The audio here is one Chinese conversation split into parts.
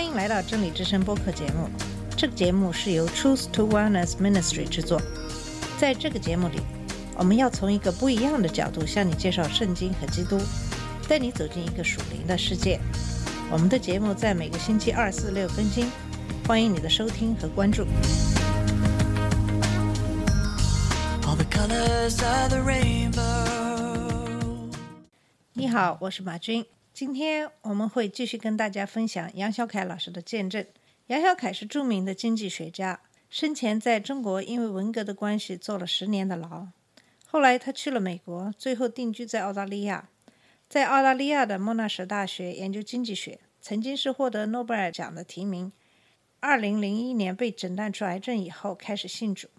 欢迎来到真理之声播客节目。这个节目是由 Truth to Wellness Ministry 制作。在这个节目里，我们要从一个不一样的角度向你介绍圣经和基督，带你走进一个属灵的世界。我们的节目在每个星期2、4、6更新，欢迎你的收听和关注。All the colors of the rainbow。 你好，我是马军。今天我们会继续跟大家分享杨小凯老师的见证。杨小凯是著名的经济学家，生前在中国因为文革的关系坐了10年的牢，后来他去了美国，最后定居在澳大利亚。在澳大利亚的莫纳什大学研究经济学，曾经是获得诺贝尔奖的提名。2001年被诊断出癌症以后开始信主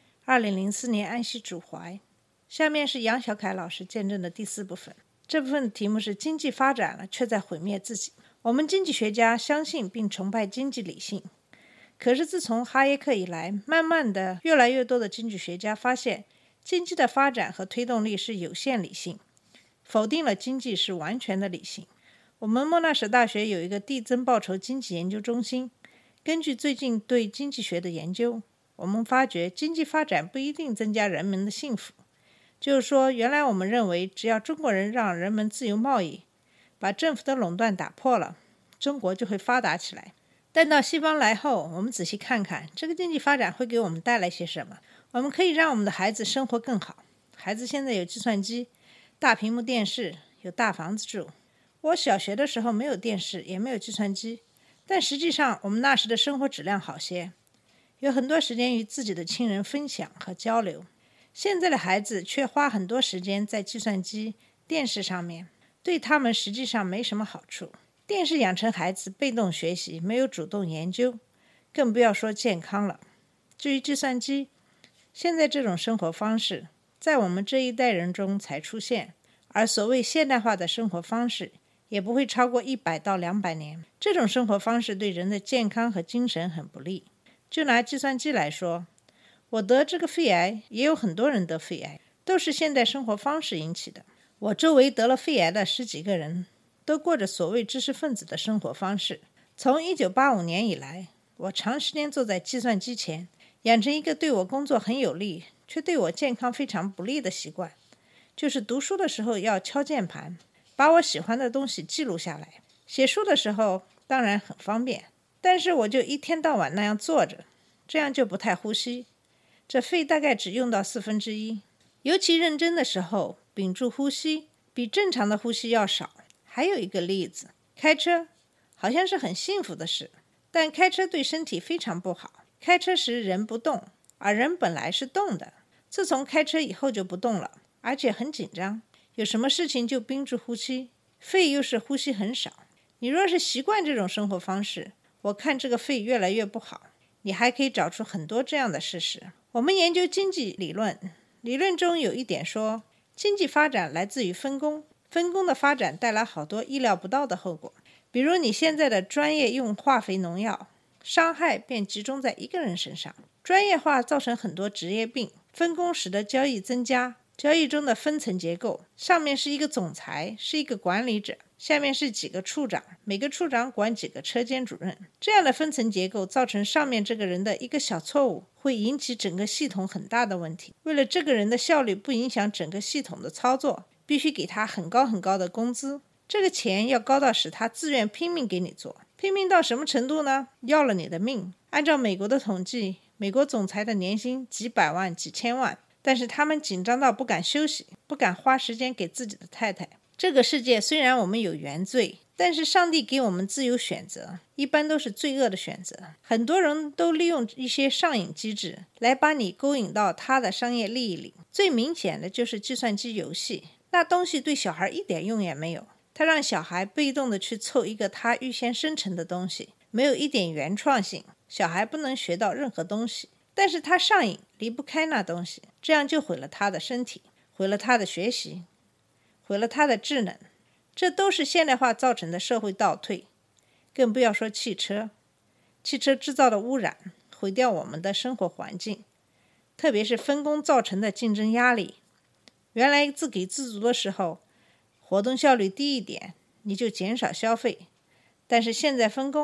，2004年安息主怀。下面是杨小凯老师见证的第4部分，这部分的题目是经济发展了却在毁灭自己。我们经济学家相信并崇拜经济理性，可是自从哈耶克以来，慢慢的越来越多的经济学家发现经济的发展和推动力是有限理性，否定了经济是完全的理性。我们莫纳什大学有一个递增报酬经济研究中心，根据最近对经济学的研究，我们发觉经济发展不一定增加人们的幸福。就是说，原来我们认为只要中国人让人们自由贸易，把政府的垄断打破了，中国就会发达起来。但到西方来后，我们仔细看看这个经济发展会给我们带来些什么。我们可以让我们的孩子生活更好，孩子现在有计算机、大屏幕电视，有大房子住。我小学的时候没有电视，也没有计算机，但实际上我们那时的生活质量好些，有很多时间与自己的亲人分享和交流。现在的孩子却花很多时间在计算机、电视上面，对他们实际上没什么好处。电视养成孩子被动学习，没有主动研究，更不要说健康了。至于计算机，现在这种生活方式在我们这一代人中才出现，而所谓现代化的生活方式也不会超过100到200年。这种生活方式对人的健康和精神很不利。就拿计算机来说，我得这个肺癌，也有很多人得肺癌，都是现代生活方式引起的。我周围得了肺癌的10几个人，都过着所谓知识分子的生活方式。从1985年以来，我长时间坐在计算机前，养成一个对我工作很有利，却对我健康非常不利的习惯，就是读书的时候要敲键盘，把我喜欢的东西记录下来。写书的时候当然很方便，但是我就一天到晚那样坐着，这样就不太呼吸，这肺大概只用到1/4。尤其认真的时候，屏住呼吸比正常的呼吸要少。还有一个例子，开车好像是很幸福的事，但开车对身体非常不好。开车时人不动，而人本来是动的，自从开车以后就不动了，而且很紧张，有什么事情就屏住呼吸，肺又是呼吸很少。你若是习惯这种生活方式，我看这个肺越来越不好。你还可以找出很多这样的事实。我们研究经济理论，理论中有一点说，经济发展来自于分工，分工的发展带来好多意料不到的后果。比如你现在的专业用化肥农药，伤害便集中在一个人身上。专业化造成很多职业病，分工使得交易增加，交易中的分层结构，上面是一个总裁，是一个管理者，下面是几个处长，每个处长管几个车间主任。这样的分层结构造成上面这个人的一个小错误，会引起整个系统很大的问题。为了这个人的效率不影响整个系统的操作，必须给他很高很高的工资，这个钱要高到使他自愿拼命给你做。拼命到什么程度呢？要了你的命。按照美国的统计，美国总裁的年薪几百万、几千万，但是他们紧张到不敢休息，不敢花时间给自己的太太。这个世界虽然我们有原罪，但是上帝给我们自由选择，一般都是罪恶的选择。很多人都利用一些上瘾机制来把你勾引到他的商业利益里。最明显的就是计算机游戏，那东西对小孩一点用也没有，他让小孩被动的去凑一个他预先生成的东西，没有一点原创性，小孩不能学到任何东西。但是他上瘾，离不开那东西，这样就毁了他的身体，毁了他的学习，毁了他的智能。这都是现代化造成的社会倒退。更不要说汽车制造的污染，毁掉我们的生活环境，特别是分工造成的竞争压力。原来自给自足的时候，活动效率低一点，你就减少消费，但是现在分工，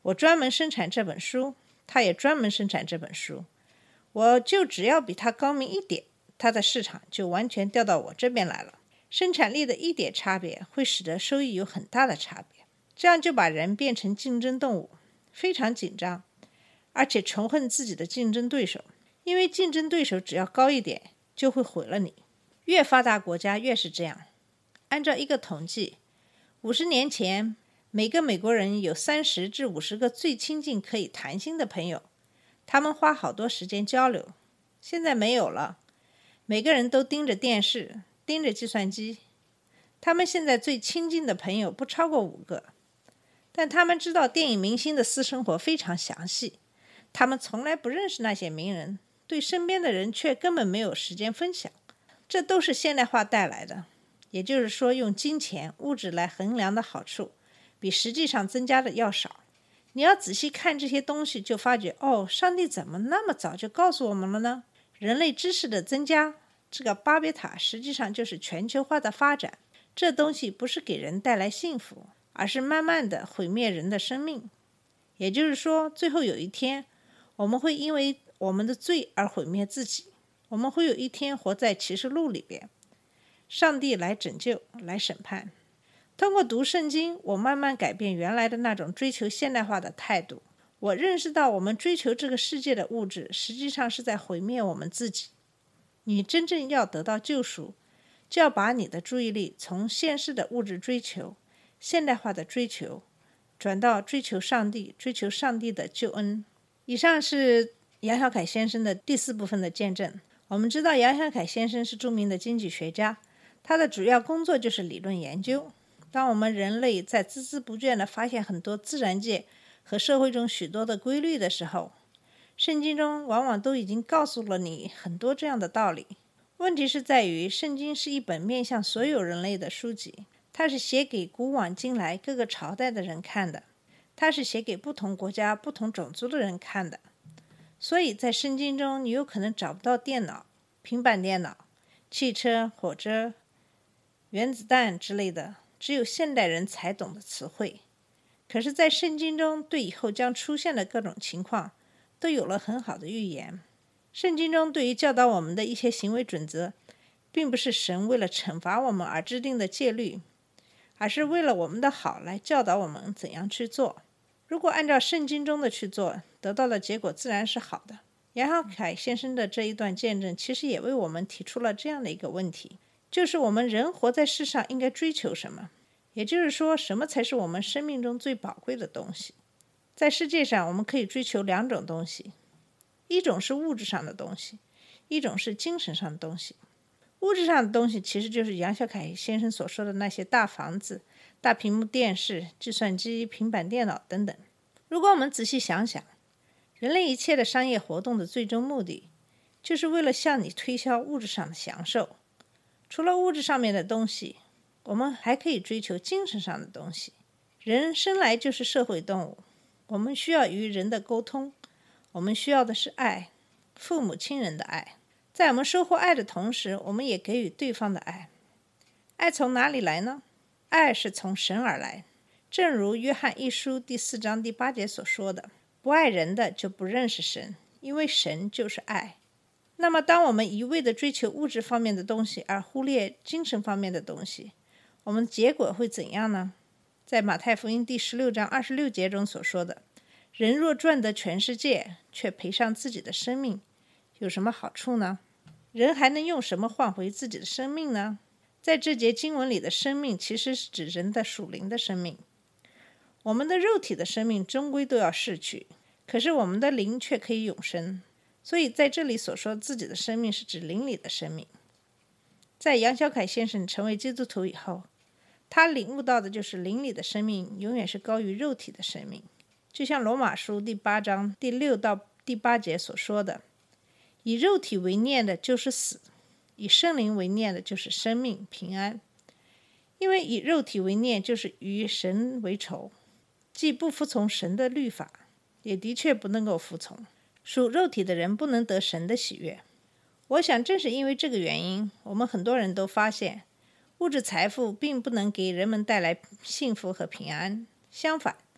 我专门生产这本书，他也专门生产这本书，我就只要比他高明一点，他的市场就完全调到我这边来了。生产力的一点差别会使得收益有很大的差别，这样就把人变成竞争动物，非常紧张，而且仇恨自己的竞争对手，因为竞争对手只要高一点就会毁了你。越发达国家越是这样。按照一个统计，50年前每个美国人有30至50个最亲近可以谈心的朋友，他们花好多时间交流。现在没有了，每个人都盯着电视，盯着计算机。他们现在最亲近的朋友不超过5个，但他们知道电影明星的私生活非常详细，他们从来不认识那些名人，对身边的人却根本没有时间分享。这都是现代化带来的，也就是说，用金钱物质来衡量的好处比实际上增加的要少。你要仔细看这些东西，就发觉上帝怎么那么早就告诉我们了呢？人类知识的增加，这个巴别塔实际上就是全球化的发展。这东西不是给人带来幸福，而是慢慢的毁灭人的生命。也就是说，最后有一天，我们会因为我们的罪而毁灭自己。我们会有一天活在启示录里边，上帝来拯救，来审判。通过读圣经，我慢慢改变原来的那种追求现代化的态度。我认识到我们追求这个世界的物质，实际上是在毁灭我们自己。你真正要得到救赎，就要把你的注意力从现世的物质追求、现代化的追求，转到追求上帝，追求上帝的救恩。以上是杨小凯先生的第4部分的见证。我们知道杨小凯先生是著名的经济学家，他的主要工作就是理论研究。当我们人类在孜孜不倦地发现很多自然界和社会中许多的规律的时候，圣经中往往都已经告诉了你很多这样的道理。问题是在于，圣经是一本面向所有人类的书籍，它是写给古往今来各个朝代的人看的，它是写给不同国家、不同种族的人看的。所以在圣经中，你有可能找不到电脑、平板电脑、汽车、火车、原子弹之类的只有现代人才懂的词汇。可是在圣经中，对以后将出现的各种情况都有了很好的预言。圣经中对于教导我们的一些行为准则，并不是神为了惩罚我们而制定的戒律，而是为了我们的好来教导我们怎样去做。如果按照圣经中的去做，得到的结果自然是好的。杨小凯先生的这一段见证，其实也为我们提出了这样的一个问题，就是我们人活在世上应该追求什么？也就是说，什么才是我们生命中最宝贵的东西？在世界上，我们可以追求2种东西，一种是物质上的东西，一种是精神上的东西。物质上的东西其实就是杨小凯先生所说的那些大房子、大屏幕电视、计算机、平板电脑等等。如果我们仔细想想，人类一切的商业活动的最终目的，就是为了向你推销物质上的享受。除了物质上面的东西，我们还可以追求精神上的东西。人生来就是社会动物，我们需要与人的沟通，我们需要的是爱，父母亲人的爱。在我们收获爱的同时，我们也给予对方的爱。爱从哪里来呢？爱是从神而来。正如约翰一书第4章第8节所说的，不爱人的就不认识神，因为神就是爱。那么当我们一味地追求物质方面的东西，而忽略精神方面的东西，我们的结果会怎样呢？在马太福音第16章26节中所说的，人若赚得全世界，却赔上自己的生命，有什么好处呢？人还能用什么换回自己的生命呢？在这节经文里的生命其实是指人的属灵的生命。我们的肉体的生命终归都要逝去，可是我们的灵却可以永生。所以在这里所说自己的生命是指灵里的生命。在杨小凯先生成为基督徒以后，他领悟到的就是灵里的生命永远是高于肉体的生命。就像罗马书第8章第6到第8节所说的，以肉体为念的就是死，以圣灵为念的就是生命平安。因为以肉体为念就是与神为仇，既不服从神的律法，也的确不能够服从。属肉体的人不能得神的喜悦。我想正是因为这个原因，我们很多人都发现物质财富并不能给人们带来幸福和平安。相反，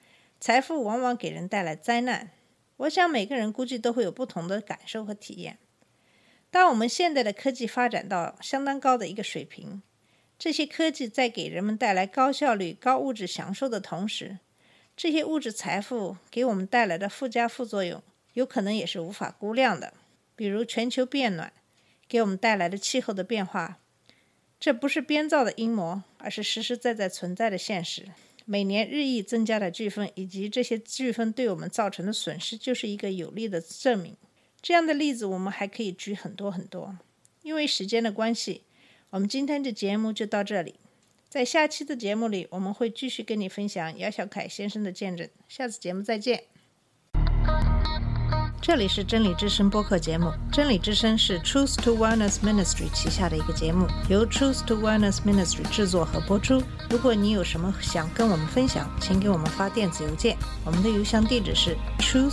财富往往给人带来灾难。我想每个人估计都会有不同的感受和体验。当我们现在的科技发展到相当高的一个水平，这些科技在给人们带来高效率、高物质享受的同时，这些物质财富给我们带来的附加副作用，有可能也是无法估量的。比如全球变暖给我们带来的气候的变化，这不是编造的阴谋，而是实实在在存在的现实。每年日益增加的飓风以及这些飓风对我们造成的损失，就是一个有力的证明。这样的例子我们还可以举很多很多。因为时间的关系，我们今天的节目就到这里。在下期的节目里，我们会继续跟你分享姚小凯先生的见证。下次节目再见。这里是真理之声播客节目。真理之声是 Truth to Wellness Ministry 旗下的一个节目，由 Truth to Wellness Ministry 制作和播出。如果你有什么想跟我们分享，请给我们发电子邮件，我们的邮箱地址是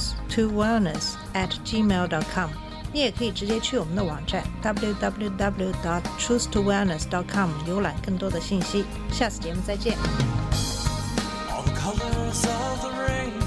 truthtowellness@gmail.com。 你也可以直接去我们的网站 www.truthtowellness.com 浏览更多的信息。下次节目再见。All the colors of the rainbow